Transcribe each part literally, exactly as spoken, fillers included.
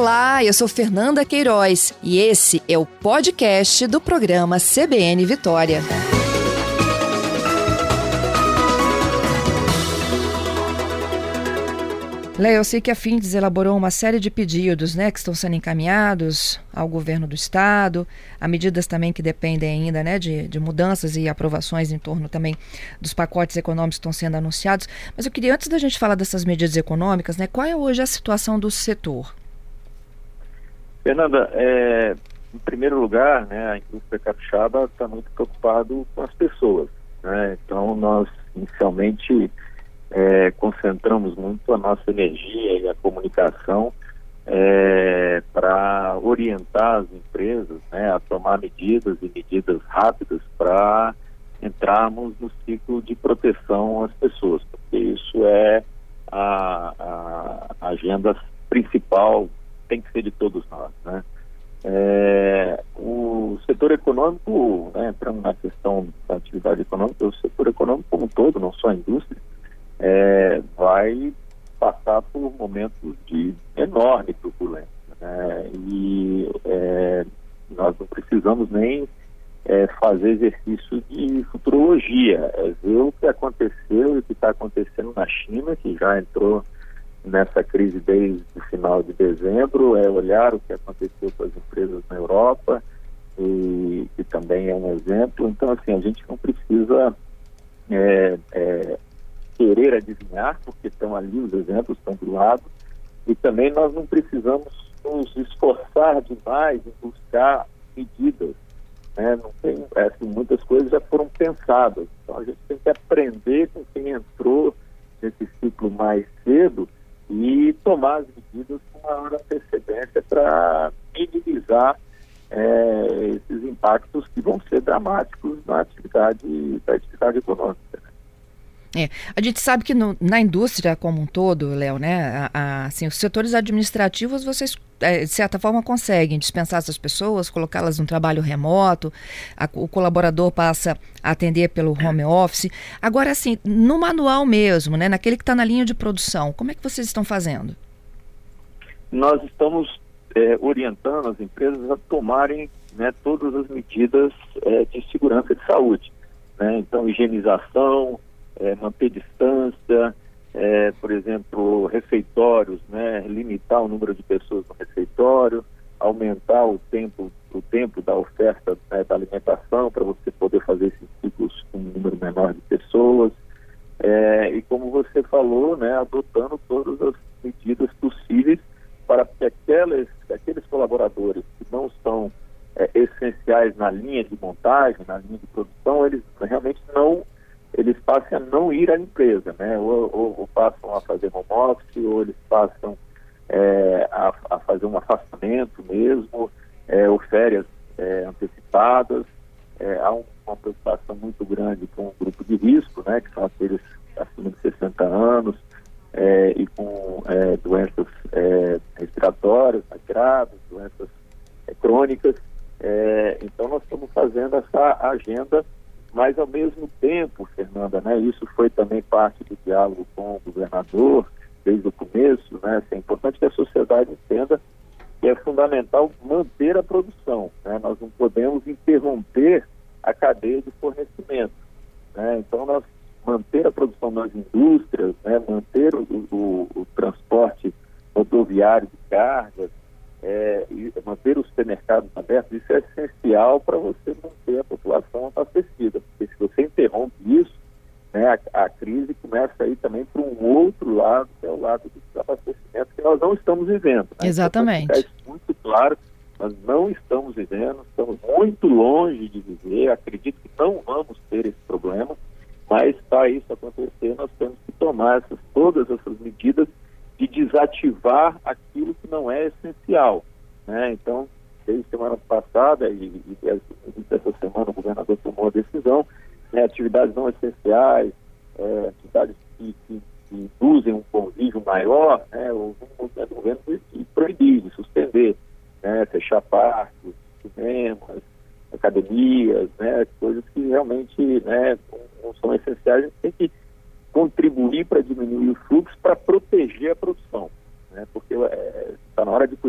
Olá, eu sou Fernanda Queiroz e esse é o podcast do programa C B N Vitória. Léo, eu sei que a Findes elaborou uma série de pedidos, né, que estão sendo encaminhados ao governo do estado, há medidas também que dependem ainda, né, de, de mudanças e aprovações em torno também dos pacotes econômicos que estão sendo anunciados. Mas eu queria, antes da gente falar dessas medidas econômicas, né, qual é hoje a situação do setor? Fernanda, é, em primeiro lugar, né, a indústria capixaba está muito preocupado com as pessoas, né? Então nós inicialmente É, concentramos muito a nossa energia e a comunicação é, para orientar as empresas, né, a tomar medidas e medidas rápidas para entrarmos no ciclo de proteção às pessoas, porque isso é a, a agenda principal, tem que ser de todos nós, né? É, o setor econômico, né, entrando na questão da atividade econômica, o setor econômico como um todo, não só a indústria, É, vai passar por momentos de enorme turbulência, né? E é, nós não precisamos nem é, fazer exercício de futurologia, é ver o que aconteceu e o que está acontecendo na China, que já entrou nessa crise desde o final de dezembro, é olhar o que aconteceu com as empresas na Europa, e, e também é um exemplo. Então, assim, a gente não precisa é, é, querer adivinhar, porque estão ali os exemplos, estão do lado, e também nós não precisamos nos esforçar demais em buscar medidas, né? Não tem, assim, muitas coisas já foram pensadas, então a gente tem que aprender com quem entrou nesse ciclo mais cedo e tomar as medidas com maior antecedência para minimizar é, esses impactos que vão ser dramáticos na atividade, na atividade econômica. É, a gente sabe que no, na indústria como um todo, Léo, né, a, a, assim, os setores administrativos, vocês, é, de certa forma, conseguem dispensar essas pessoas, colocá-las no trabalho remoto, a, o colaborador passa a atender pelo home office. Agora, assim, no manual mesmo, né, naquele que está na linha de produção, como é que vocês estão fazendo? Nós estamos é, orientando as empresas a tomarem, né, todas as medidas é, de segurança de saúde, né? Então, higienização, É, manter distância, é, por exemplo, refeitórios, né, limitar o número de pessoas no refeitório, aumentar o tempo, o tempo da oferta, né, da alimentação para você poder fazer esses ciclos com um número menor de pessoas, é, e como você falou, né, adotando todas as medidas possíveis para que aquelas, aqueles colaboradores que não estão é, essenciais na linha de montagem, na linha de produção, eles realmente não eles passem a não ir à empresa, né? Ou, ou, ou passam a fazer home office, ou eles passam é, a, a fazer um afastamento mesmo, é, ou férias é, antecipadas. É, há um, uma preocupação muito grande com o grupo de risco, né? Que são aqueles acima de sessenta anos é, e com é, doenças é, respiratórias graves, doenças é, crônicas. É, então nós estamos fazendo essa agenda. Mas, ao mesmo tempo, Fernanda, né, isso foi também parte do diálogo com o governador, desde o começo, né, assim, é importante que a sociedade entenda que é fundamental manter a produção, né, nós não podemos interromper a cadeia de fornecimento, né, então nós manter a produção nas indústrias, né, manter o, o, o transporte rodoviário de cargas, É, e manter os supermercados abertos, isso é essencial para você manter a população abastecida, porque se você interrompe isso, né, a, a crise começa a ir também para um outro lado, que é o lado do desabastecimento, que nós não estamos vivendo, né? Exatamente. Então, ficar isso muito claro, nós não estamos vivendo, estamos muito longe de viver, acredito que não vamos ter esse problema, mas para isso acontecer, nós temos que tomar essas, todas essas medidas de desativar aquilo que não é essencial, né? Então, desde semana passada e, e essa semana o governador tomou a decisão, né, atividades não essenciais, é, atividades que, que, que induzem um convívio maior, né, o movimento do governo foi de proibir, de suspender, né, fechar parques, cinemas, academias, né, coisas que realmente, né, não são essenciais. A gente tem que contribuir para diminuir o fluxo, para proteger a produção, né? Porque está é, na hora de cuidar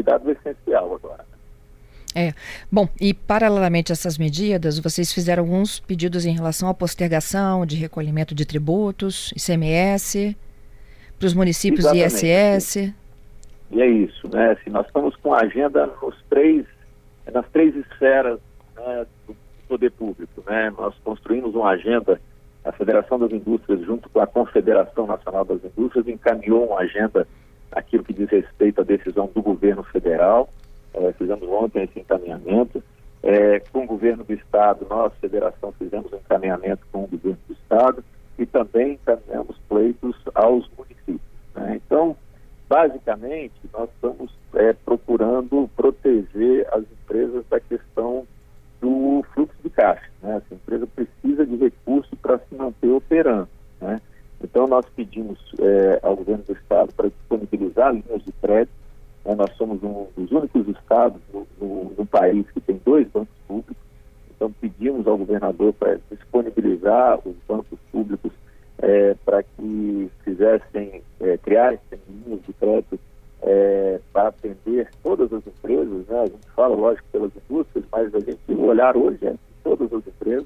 ficado essencial agora. É. Bom, e paralelamente a essas medidas, vocês fizeram alguns pedidos em relação à postergação de recolhimento de tributos, I C M S, para os municípios. Exatamente. I S S. E é isso, né? Assim, nós estamos com a agenda nos três, nas três esferas, né, do poder público, né? Nós construímos uma agenda, a Federação das Indústrias, junto com a Confederação Nacional das Indústrias, encaminhou uma agenda, aquilo que diz respeito à decisão do governo federal. É, fizemos ontem esse encaminhamento. É, com o governo do Estado, nós, Federação, fizemos um encaminhamento com o governo do Estado e também encaminhamos pleitos aos municípios, né? Então, basicamente, nós estamos é, procurando proteger as empresas da questão do fluxo de caixa, né? Essa empresa precisa de recursos para se manter operando, né? Então, nós pedimos é, ao governo do Estado para disponibilizar linhas de crédito. Né? Nós somos um dos únicos estados no, no, no país que tem dois bancos públicos. Então, pedimos ao governador para disponibilizar os bancos públicos é, para que fizessem, é, criassem linhas de crédito é, para atender todas as empresas, né? A gente fala, lógico, pelas indústrias, mas a gente, o olhar hoje é todas as empresas,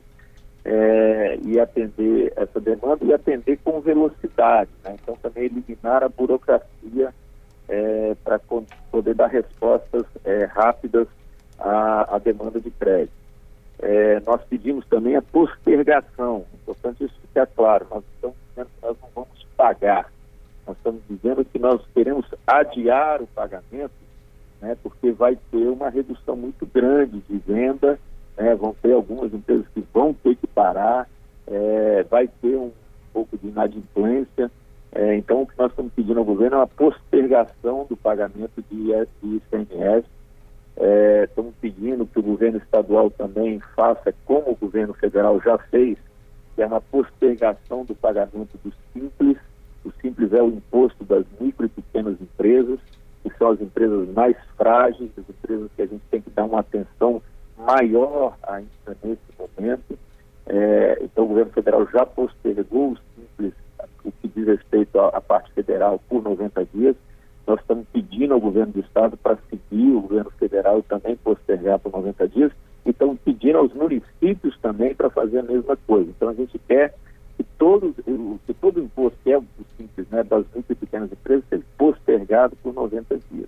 é, e atender essa demanda e atender com velocidade, né? Então, também eliminar a burocracia é, para poder dar respostas é, rápidas à, à demanda de crédito. É, nós pedimos também a postergação. É importante isso ficar claro. Nós estamos dizendo que nós não vamos pagar. Nós estamos dizendo que nós queremos adiar o pagamento, né, porque vai ter uma redução muito grande de venda, né, vão ter algumas empresas que vão ter que parar, é, vai ter um pouco de inadimplência. É, então, o que nós estamos pedindo ao governo é uma postergação do pagamento de I S I C M S. É, estamos pedindo que o governo estadual também faça como o governo federal já fez, que é uma postergação do pagamento do Simples. O Simples é o imposto das micro e pequenas empresas, que são as empresas mais frágeis, as empresas que a gente tem que dar uma atenção maior ainda nesse momento. É, então o governo federal já postergou o Simples, o que diz respeito à, à parte federal, por noventa dias. Nós estamos pedindo ao governo do estado para seguir o governo federal e também postergar por noventa dias, e estamos pedindo aos municípios também para fazer a mesma coisa. Então a gente quer que todo, que todo o imposto, que é o Simples, né, das micro e pequenas empresas, seja postergado por noventa dias.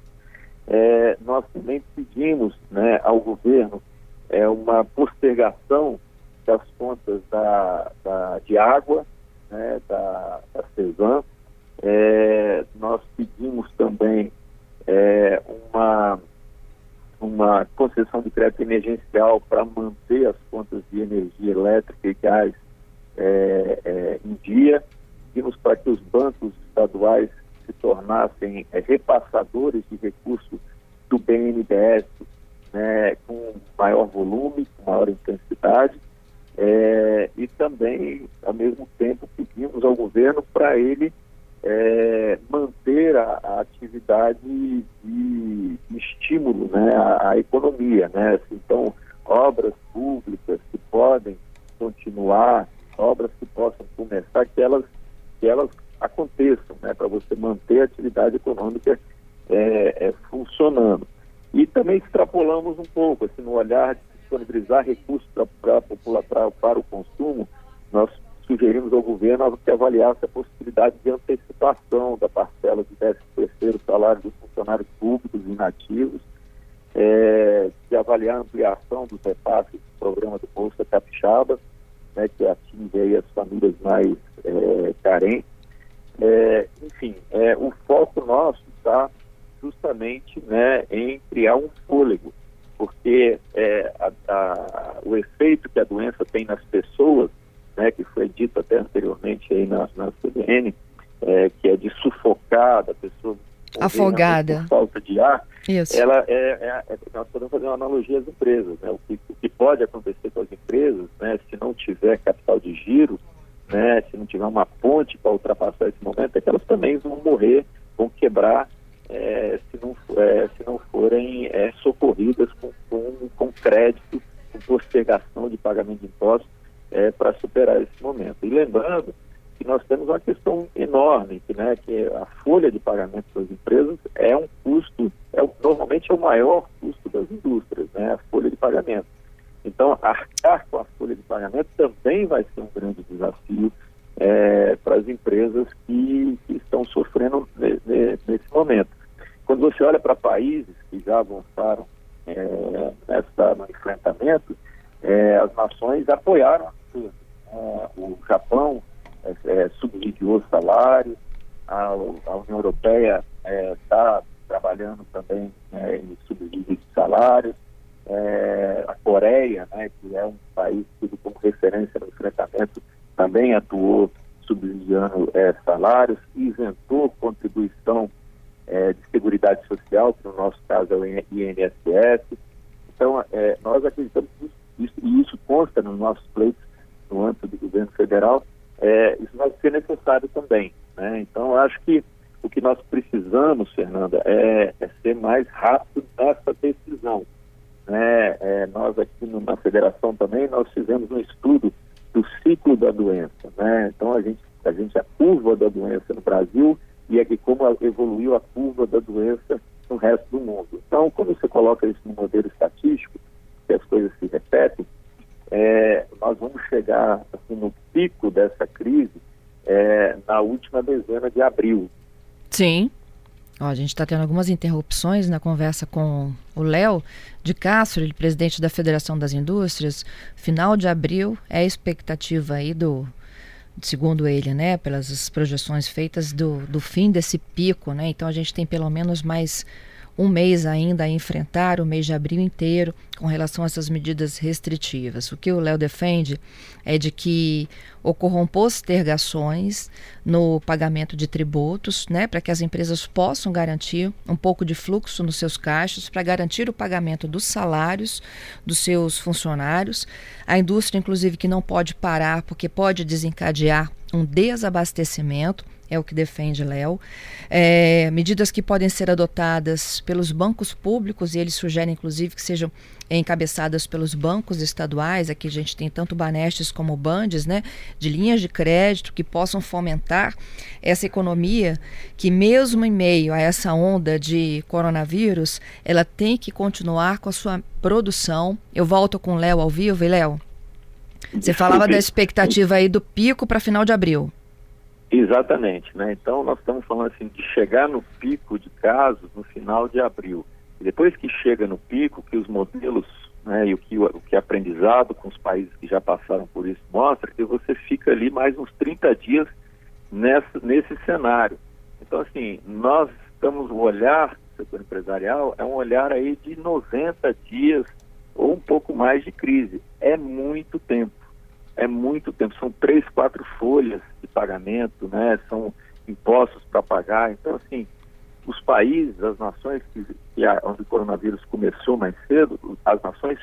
É, nós também pedimos, né, ao governo é, uma postergação das contas da, da, de água, né, da, da CESAM. É, nós pedimos também é, uma, uma concessão de crédito emergencial para manter as contas de energia elétrica e gás é, é, em dia. Pedimos para que os bancos estaduais se tornassem é, repassadores de recursos do B N D E S, né, com maior volume, com maior intensidade. É, e também, ao mesmo tempo, pedimos ao governo para ele É, manter a, a atividade de, de estímulo, né, à, à economia, né? Então, obras públicas que podem continuar, obras que possam começar, que elas, que elas aconteçam, né, para você manter a atividade econômica é, é, funcionando. E também extrapolamos um pouco, assim, no olhar de disponibilizar recursos pra, pra, pra, pra, para o consumo. Nós sugerimos ao governo que avaliasse a possibilidade de antecipação da parcela de décimo terceiro salário dos funcionários públicos inativos, é, de avaliar a ampliação dos repasses do programa do Bolsa Capixaba, né, que atinge aí as famílias mais é, carentes. É, enfim, é, o foco nosso está justamente, né, em criar um fôlego, porque é, a, a, o efeito que a doença tem nas pessoas, né, que foi dito até anteriormente aí na, na C B N, é, que é de sufocar, da pessoa afogada, por falta de ar. Isso. Ela é, é, é, nós podemos fazer uma analogia às empresas, né? O que, o que pode acontecer com as empresas, né, se não tiver capital de giro, né, se não tiver uma ponte para ultrapassar esse momento, é que elas também vão morrer, vão quebrar, é, se, não, é, se não forem é, socorridas com, com, com crédito, com postergação de pagamento de impostos, É, para superar esse momento. E lembrando que que nós temos uma questão enorme, que, né, que a folha de pagamento das empresas é um custo, é, normalmente é o maior custo das indústrias, né, a folha de pagamento. Então, arcar com a folha de pagamento também vai ser um grande desafio é, para as empresas que, que estão sofrendo ne, ne, nesse momento. Quando você olha para países que já avançaram é, nessa, no enfrentamento, é, as nações apoiaram a é, o Japão é, é, subsidiou os salários, a, a União Europeia está é, trabalhando também é, em subsídio de salários, é, a Coreia, né, que é um país tido como referência no enfrentamento, também atuou subsidiando é, salários, isentou contribuição é, de seguridade social, que no nosso caso é o I N S S. Então, é, nós acreditamos que isso, e isso consta nos nossos pleitos no âmbito do governo federal, é, isso vai ser necessário também, né? Então, eu acho que o que nós precisamos, Fernanda, é, é ser mais rápido nessa decisão, né? É, nós aqui no, na federação também, nós fizemos um estudo do ciclo da doença, né? Então, a gente, a gente, a curva da doença no Brasil e aqui como evoluiu a curva da doença no resto do mundo. Então, quando você coloca isso no modelo estatístico, que as coisas se repetem, É, nós vamos chegar assim, no pico dessa crise é, na última dezena de abril. Sim. Ó, a gente está tendo algumas interrupções na conversa com o Léo de Castro, ele presidente da Federação das Indústrias. Final de abril é a expectativa aí do, segundo ele, né, pelas projeções feitas do, do fim desse pico, né? Então a gente tem pelo menos mais um mês ainda a enfrentar, o mês de abril inteiro, com relação a essas medidas restritivas. O que o Léo defende é de que ocorram postergações no pagamento de tributos, né, para que as empresas possam garantir um pouco de fluxo nos seus caixas, para garantir o pagamento dos salários dos seus funcionários. A indústria, inclusive, que não pode parar, porque pode desencadear um desabastecimento, é o que defende Léo. É, medidas que podem ser adotadas pelos bancos públicos, e eles sugerem, inclusive, que sejam encabeçadas pelos bancos estaduais. Aqui a gente tem tanto Banestes como Bandes, né, de linhas de crédito que possam fomentar essa economia que, mesmo em meio a essa onda de coronavírus, ela tem que continuar com a sua produção. Eu volto com o Léo ao vivo. E, Léo, você falava da expectativa aí do pico para final de abril. Exatamente, né? Então nós estamos falando assim de chegar no pico de casos no final de abril. E depois que chega no pico, que os modelos, né, e o que, o que é aprendizado com os países que já passaram por isso mostra que você fica ali mais uns trinta dias nessa, nesse cenário. Então, assim, nós estamos, o olhar do setor empresarial é um olhar aí de noventa dias ou um pouco mais de crise. É muito tempo. É muito tempo, são três, quatro folhas de pagamento, né? São impostos para pagar. Então, assim, os países, as nações que, que a, onde o coronavírus começou mais cedo, as nações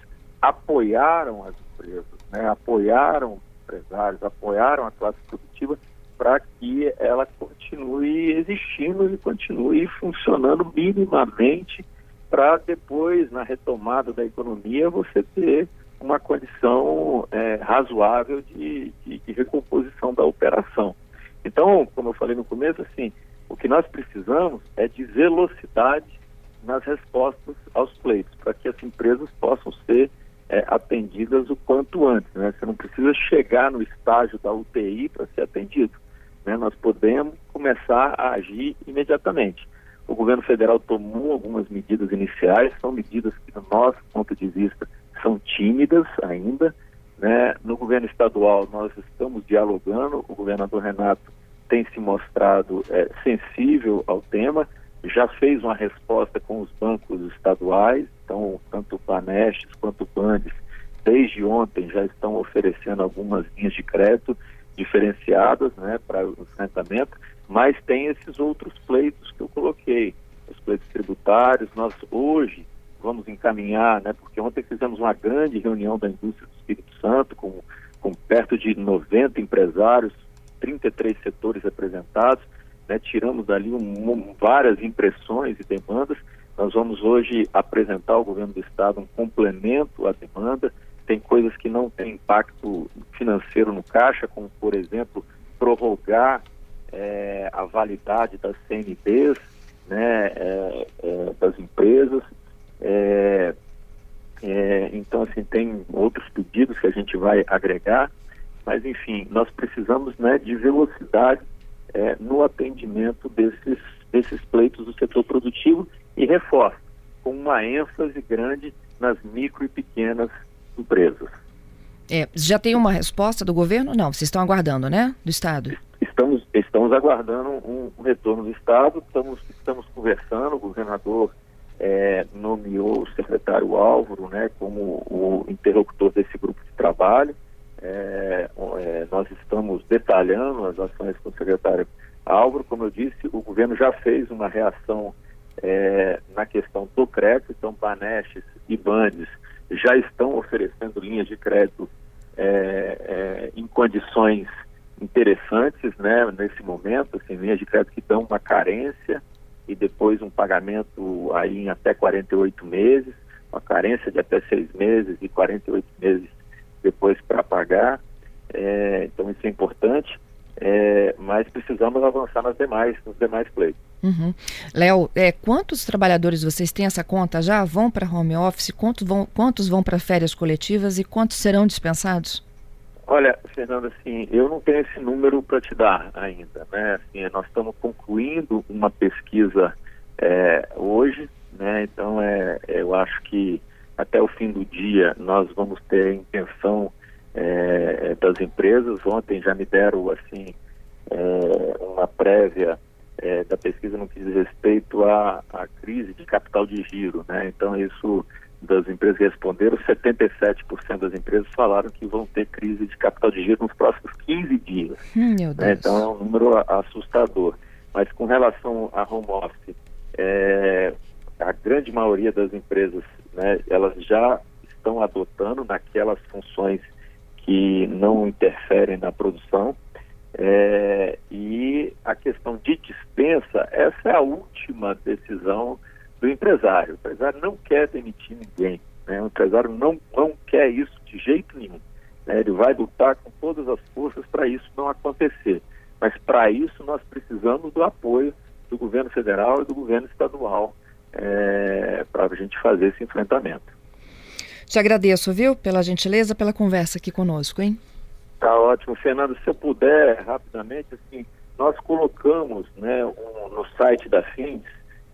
apoiaram as empresas, né? Apoiaram os empresários, apoiaram a classe produtiva para que ela continue existindo e continue funcionando minimamente para depois, na retomada da economia, você ter uma condição é, razoável de, de, de recomposição da operação. Então, como eu falei no começo, assim, o que nós precisamos é de velocidade nas respostas aos pleitos, para que as empresas possam ser é, atendidas o quanto antes, né? Você não precisa chegar no estágio da U T I para ser atendido, né? Nós podemos começar a agir imediatamente. O governo federal tomou algumas medidas iniciais, são medidas que, do nosso ponto de vista, são tímidas ainda, né? No governo estadual nós estamos dialogando, o governador Renato tem se mostrado é, sensível ao tema, já fez uma resposta com os bancos estaduais, então tanto o Banestes quanto o Bandes, desde ontem já estão oferecendo algumas linhas de crédito diferenciadas, né, para o enfrentamento, mas tem esses outros pleitos que eu coloquei, os pleitos tributários. Nós hoje vamos encaminhar, né, porque ontem fizemos uma grande reunião da indústria do Espírito Santo, com, com perto de noventa empresários, trinta e três setores representados, né, tiramos dali um, um, várias impressões e demandas. Nós vamos hoje apresentar ao governo do estado um complemento à demanda. Tem coisas que não têm impacto financeiro no caixa, como, por exemplo, prorrogar é, a validade das C N Bs, né, é, é, das empresas. É, é, então, assim, tem outros pedidos que a gente vai agregar, mas, enfim, nós precisamos, né, de velocidade é, no atendimento desses, desses pleitos do setor produtivo e reforço, com uma ênfase grande nas micro e pequenas empresas. É, já tem uma resposta do governo? Não, vocês estão aguardando, né? Do Estado? Estamos, estamos aguardando um, um retorno do Estado, estamos, estamos conversando, o governador é, nomeou o secretário Álvaro, né, como o interlocutor desse grupo de trabalho. É, é, nós estamos detalhando as ações com o secretário Álvaro. Como eu disse, o governo já fez uma reação é, na questão do crédito, então Banestes e Bandes já estão oferecendo linhas de crédito é, é, em condições interessantes, né, nesse momento, assim, linhas de crédito que dão uma carência e depois um pagamento aí em até quarenta e oito meses, uma carência de até seis meses e quarenta e oito meses depois para pagar. É, então isso é importante, é, mas precisamos avançar nas demais, nos demais pleitos. Uhum. Léo, é, quantos trabalhadores vocês têm essa conta já? Vão para home office? Quantos vão, quantos vão para férias coletivas e quantos serão dispensados? Olha, Fernanda, assim, eu não tenho esse número para te dar ainda, né? Assim, nós estamos concluindo uma pesquisa é, hoje, né? Então, é, eu acho que até o fim do dia nós vamos ter a intenção é, das empresas. Ontem já me deram, assim, é, uma prévia É, da pesquisa no que diz respeito à, à crise de capital de giro, né? Então, isso das empresas que responderam, setenta e sete por cento das empresas falaram que vão ter crise de capital de giro nos próximos quinze dias. Hum, meu Deus. Né? Então, é um número assustador. Mas com relação a home office, é, a grande maioria das empresas, né, elas já estão adotando naquelas funções que não interferem na produção. É, e a questão de dispensa, essa é a última decisão do empresário. O empresário não quer demitir ninguém, né? O empresário não, não quer isso de jeito nenhum, né? Ele vai lutar com todas as forças para isso não acontecer. Mas para isso nós precisamos do apoio do governo federal e do governo estadual é, para a gente fazer esse enfrentamento. Te agradeço, viu, pela gentileza, pela conversa aqui conosco, hein? Tá ótimo, Fernando. Se eu puder, rapidamente, assim, nós colocamos, né, um, no site da Fins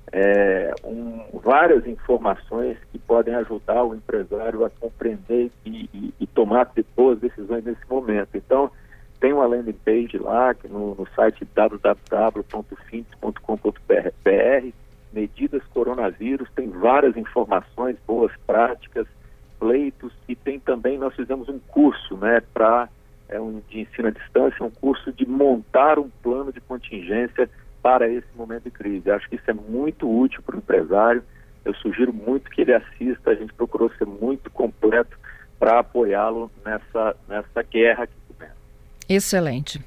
é, um, várias informações que podem ajudar o empresário a compreender e, e, e tomar boas decisões nesse momento. Então, tem uma landing page lá que no, no site w w w ponto fins ponto com ponto b r, medidas coronavírus, tem várias informações, boas práticas, pleitos, e tem também, nós fizemos um curso, né, para é um de ensino à distância, um curso de montar um plano de contingência para esse momento de crise. Acho que isso é muito útil para o empresário. Eu sugiro muito que ele assista. A gente procurou ser muito completo para apoiá-lo nessa, nessa guerra que começa. Excelente.